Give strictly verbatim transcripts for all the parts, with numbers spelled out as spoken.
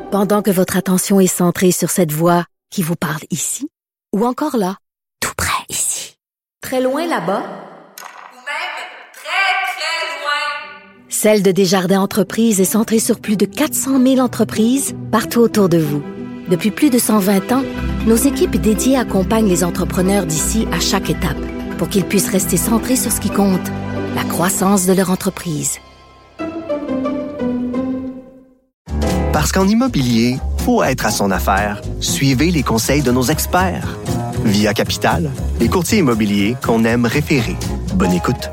Pendant que votre attention est centrée sur cette voix qui vous parle ici, ou encore là, tout près ici, très loin là-bas, ou même très, très loin. Celle de Desjardins Entreprises est centrée sur plus de quatre cent mille entreprises partout autour de vous. Depuis plus de cent vingt ans, nos équipes dédiées accompagnent les entrepreneurs d'ici à chaque étape pour qu'ils puissent rester centrés sur ce qui compte, la croissance de leur entreprise. Parce qu'en immobilier, pour être à son affaire, suivez les conseils de nos experts. Via Capital, les courtiers immobiliers qu'on aime référer. Bonne écoute.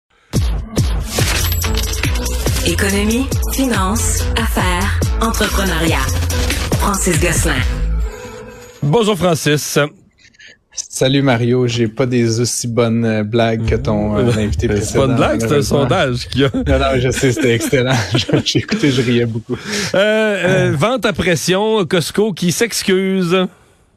Économie, finance, affaires, entrepreneuriat. Francis Gosselin. Bonjour Francis. Salut Mario, j'ai pas des aussi bonnes blagues que ton euh, invité précédent. C'est pas une blague, c'est un sondage qu'il y a. Non, non, je sais, c'était excellent. J'ai écouté, je riais beaucoup. Euh, euh, vente à pression, Costco qui s'excuse.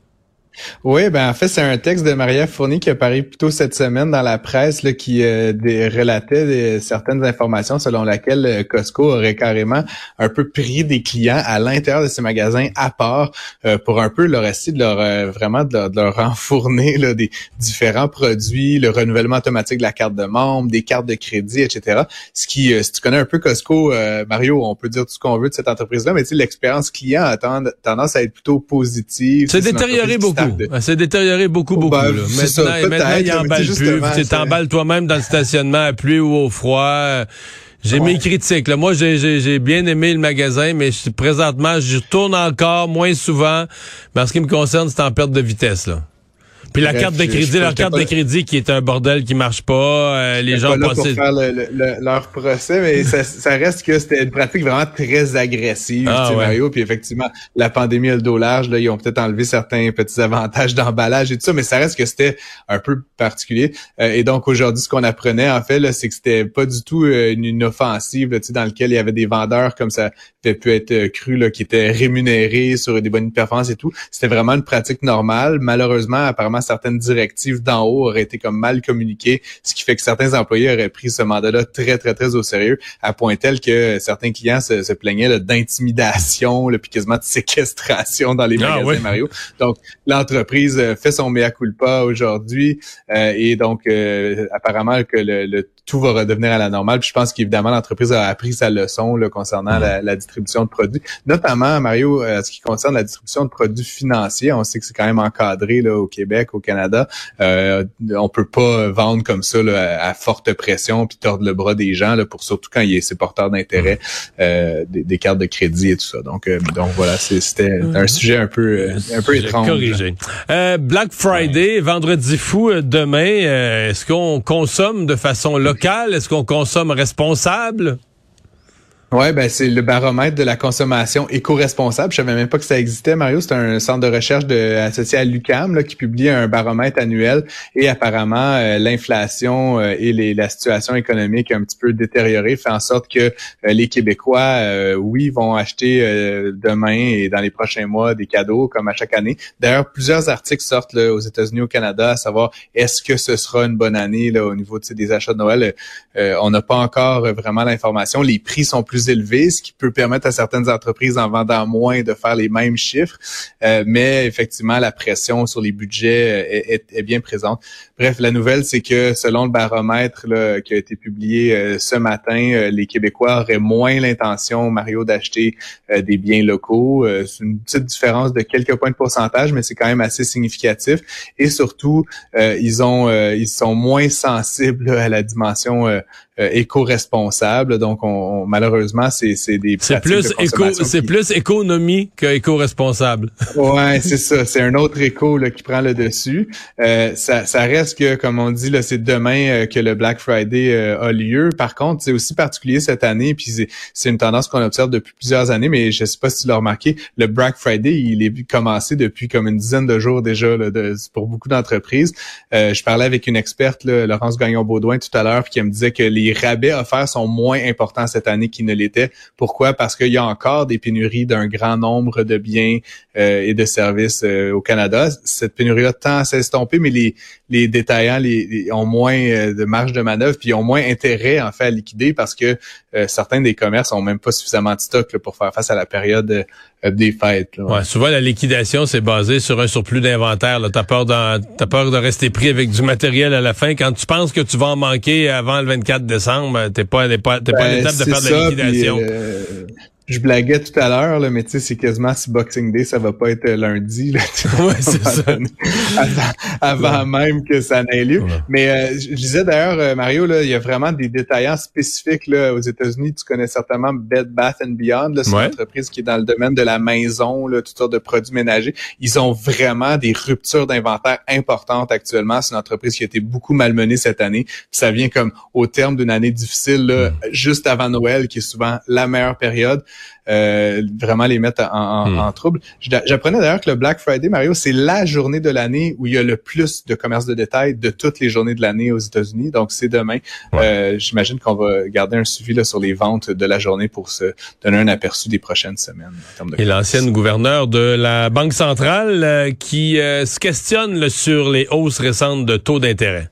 Oui, ben en fait, c'est un texte de Marie-Ève Fournier qui a paru plus tôt cette semaine dans la presse là, qui euh, des, relatait des, certaines informations selon lesquelles euh, Costco aurait carrément un peu pris des clients à l'intérieur de ses magasins à part euh, pour un peu leur essayer de leur euh, vraiment de leur, de leur enfourner là, des différents produits, le renouvellement automatique de la carte de membre, des cartes de crédit, et cetera. Ce qui, euh, si tu connais un peu Costco, euh, Mario, on peut dire tout ce qu'on veut de cette entreprise-là, mais tu sais, l'expérience client a tendance à être plutôt positive. C'est détérioré beaucoup. De... C'est détérioré beaucoup, beaucoup. Ben, là. Maintenant, ça, maintenant il emballe plus. Tu t'emballes toi-même dans le stationnement à pluie ou au froid. J'ai ouais. mes critiques. Là. Moi, j'ai, j'ai, j'ai bien aimé le magasin, mais je, présentement, je tourne encore moins souvent. Mais en ce qui me concerne, c'est en perte de vitesse. Là. Puis la Bref, carte de crédit, je, leur carte pas... de crédit qui est un bordel qui marche pas, euh, les gens pas là pensaient... pour faire le, le, le, leur procès, mais ça, ça reste que c'était une pratique vraiment très agressive, ah, tu sais, ouais. Mario. Puis effectivement, la pandémie a le dos large, là, ils ont peut-être enlevé certains petits avantages d'emballage et tout ça, mais ça reste que c'était un peu particulier. Euh, et donc aujourd'hui, ce qu'on apprenait en fait, là, c'est que c'était pas du tout euh, une, une offensive, là, tu sais, dans lequel il y avait des vendeurs comme ça avait pu être euh, cru, là, qui étaient rémunérés sur des bonnes performances et tout. C'était vraiment une pratique normale. Malheureusement, apparemment, certaines directives d'en haut auraient été comme mal communiquées, ce qui fait que certains employés auraient pris ce mandat-là très, très, très au sérieux, à point tel que certains clients se, se plaignaient là, d'intimidation, là, puis quasiment de séquestration dans les magasins, ah, oui. Mario. Donc, l'entreprise fait son mea culpa aujourd'hui euh, et donc, euh, apparemment que le, le tout va redevenir à la normale. Puis je pense qu'évidemment, l'entreprise a appris sa leçon là, concernant mmh. la, la distribution de produits. Notamment, Mario, euh, ce qui concerne la distribution de produits financiers, on sait que c'est quand même encadré là, au Québec, au Canada. Euh, on peut pas vendre comme ça là, à, à forte pression puis tordre le bras des gens, là, pour surtout quand il y a ces porteurs d'intérêt, euh, des, des cartes de crédit et tout ça. Donc, euh, donc voilà, c'est, c'était mmh. un sujet un peu, euh, un peu étrange. Corrigé. Euh, Black Friday, ouais. vendredi fou demain. Euh, est-ce qu'on consomme de façon locale? Est-ce qu'on consomme responsable? Ouais, ben c'est le baromètre de la consommation éco-responsable. Je savais même pas que ça existait, Mario. C'est un centre de recherche de, associé à l'U Q A M là, qui publie un baromètre annuel et apparemment euh, l'inflation euh, et les, la situation économique un petit peu détériorée fait en sorte que euh, les Québécois, euh, oui, vont acheter euh, demain et dans les prochains mois des cadeaux comme à chaque année. D'ailleurs, plusieurs articles sortent là, aux États-Unis, au Canada, à savoir est-ce que ce sera une bonne année là au niveau des achats de Noël. Euh, on n'a pas encore vraiment l'information. Les prix sont plus élevé, ce qui peut permettre à certaines entreprises en vendant moins de faire les mêmes chiffres, euh, mais effectivement la pression sur les budgets est, est, est bien présente. Bref, la nouvelle, c'est que selon le baromètre là, qui a été publié euh, ce matin, euh, les Québécois auraient moins l'intention, Mario, d'acheter euh, des biens locaux. Euh, c'est une petite différence de quelques points de pourcentage, mais c'est quand même assez significatif. Et surtout, euh, ils ont, euh, ils sont moins sensibles là, à la dimension euh, Euh, éco-responsable, donc on, on malheureusement c'est c'est des c'est plus de éco c'est qui... plus économie que éco-responsable. Ouais, c'est ça, c'est un autre éco là qui prend le dessus. Euh, ça ça reste que comme on dit là, c'est demain euh, que le Black Friday euh, a lieu. Par contre, c'est aussi particulier cette année, puis c'est c'est une tendance qu'on observe depuis plusieurs années, mais je sais pas si tu l'as remarqué, le Black Friday, il est commencé depuis comme une dizaine de jours déjà là, de, pour beaucoup d'entreprises. Euh, je parlais avec une experte là, Laurence Gagnon-Baudouin tout à l'heure, qui me disait que les Les rabais offerts sont moins importants cette année qu'ils ne l'étaient. Pourquoi? Parce qu'il y a encore des pénuries d'un grand nombre de biens euh, et de services euh, au Canada. Cette pénurie-là tend à s'estomper, mais les, les détaillants les, les, ont moins euh, de marge de manœuvre, puis ils ont moins intérêt en fait à liquider parce que euh, certains des commerces ont même pas suffisamment de stock là, pour faire face à la période euh, des fêtes. Là, ouais. Ouais, souvent, la liquidation, c'est basé sur un surplus d'inventaire. Là. T'as peur d'en, t'as peur de rester pris avec du matériel à la fin. Quand tu penses que tu vas en manquer avant le vingt-quatre décembre, t'es pas, t'es pas, t'es ben, pas à l'étape de faire de la liquidation. Puis, euh, je blaguais tout à l'heure, là, mais tu sais, c'est quasiment si Boxing Day, ça va pas être lundi. Là, ouais, c'est ça. Avant, avant ouais. même que ça n'ait lieu. Ouais. Mais euh, je disais d'ailleurs, Mario, là, il y a vraiment des détaillants spécifiques là, aux États-Unis. Tu connais certainement Bed Bath and Beyond, là, c'est ouais. une entreprise qui est dans le domaine de la maison, là, toutes sortes de produits ménagers. Ils ont vraiment des ruptures d'inventaire importantes actuellement. C'est une entreprise qui a été beaucoup malmenée cette année. Puis ça vient comme au terme d'une année difficile, là, mm. juste avant Noël, qui est souvent la meilleure période. Euh, vraiment les mettre en, en, hmm. en trouble. J'apprenais d'ailleurs que le Black Friday, Mario, c'est la journée de l'année où il y a le plus de commerce de détail de toutes les journées de l'année aux États-Unis. Donc, c'est demain. Ouais. Euh, j'imagine qu'on va garder un suivi là, sur les ventes de la journée pour se donner un aperçu des prochaines semaines. En termes de Et l'ancienne gouverneure de la Banque centrale euh, qui euh, se questionne là, sur les hausses récentes de taux d'intérêt.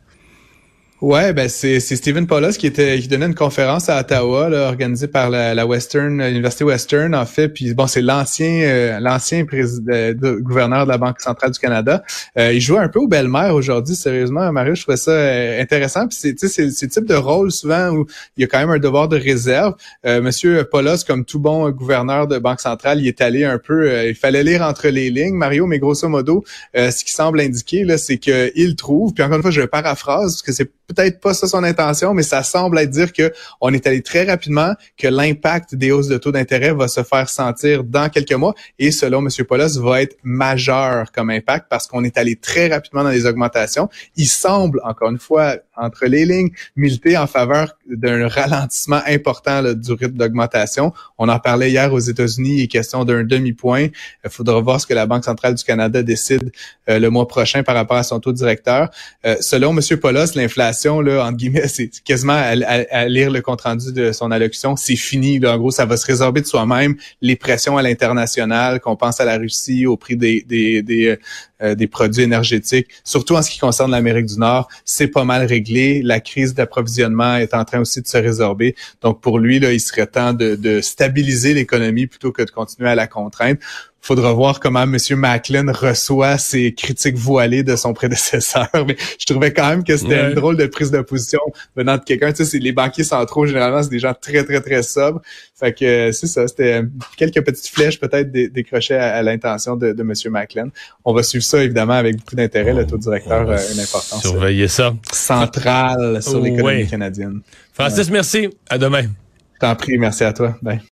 Ouais, ben c'est c'est Stephen Poloz qui était qui donnait une conférence à Ottawa là, organisée par la, la Western l'Université Western en fait, puis bon c'est l'ancien euh, l'ancien président euh, gouverneur de la Banque centrale du Canada. Euh, il jouait un peu au belle-mère aujourd'hui, sérieusement, Mario, je trouvais ça euh, intéressant. Puis c'est tu sais c'est c'est le type de rôle souvent où il y a quand même un devoir de réserve. Euh, Monsieur Poloz, comme tout bon gouverneur de Banque centrale, il est allé un peu euh, il fallait lire entre les lignes, Mario, mais grosso modo, euh, ce qui semble indiquer là, c'est que il trouve, puis encore une fois je paraphrase parce que c'est peut-être pas ça son intention, mais ça semble être dire que on est allé très rapidement, que l'impact des hausses de taux d'intérêt va se faire sentir dans quelques mois et selon M. Poloz va être majeur comme impact parce qu'on est allé très rapidement dans les augmentations. Il semble, encore une fois, entre les lignes, militer en faveur d'un ralentissement important là, du rythme d'augmentation. On en parlait hier aux États-Unis, il est question d'un demi-point. Il faudra voir ce que la Banque centrale du Canada décide euh, le mois prochain par rapport à son taux directeur. Euh, selon M. Poloz, l'inflation, là, entre guillemets, c'est quasiment à, à, à lire le compte-rendu de son allocution, c'est fini. Là, en gros, ça va se résorber de soi-même. Les pressions à l'international, qu'on pense à la Russie, au prix des des des, euh, des produits énergétiques, surtout en ce qui concerne l'Amérique du Nord, c'est pas mal réglé. La crise d'approvisionnement est en train aussi de se résorber. Donc, pour lui, là, il serait temps de, de stabiliser l'économie plutôt que de continuer à la contraindre. Faudra voir comment M. Macklin reçoit ces critiques voilées de son prédécesseur. Mais je trouvais quand même que c'était ouais. une drôle de prise de position venant de quelqu'un. Tu sais, c'est les banquiers centraux, généralement, c'est des gens très, très, très sobres. Fait que c'est ça, c'était quelques petites flèches peut-être dé- décrochées à, à l'intention de, de M. Macklin. On va suivre ça, évidemment, avec beaucoup d'intérêt. Le taux directeur a une importance surveiller ça. centrale sur l'économie ouais. canadienne. Francis, ouais. merci. À demain. Je t'en prie, merci à toi. Bye.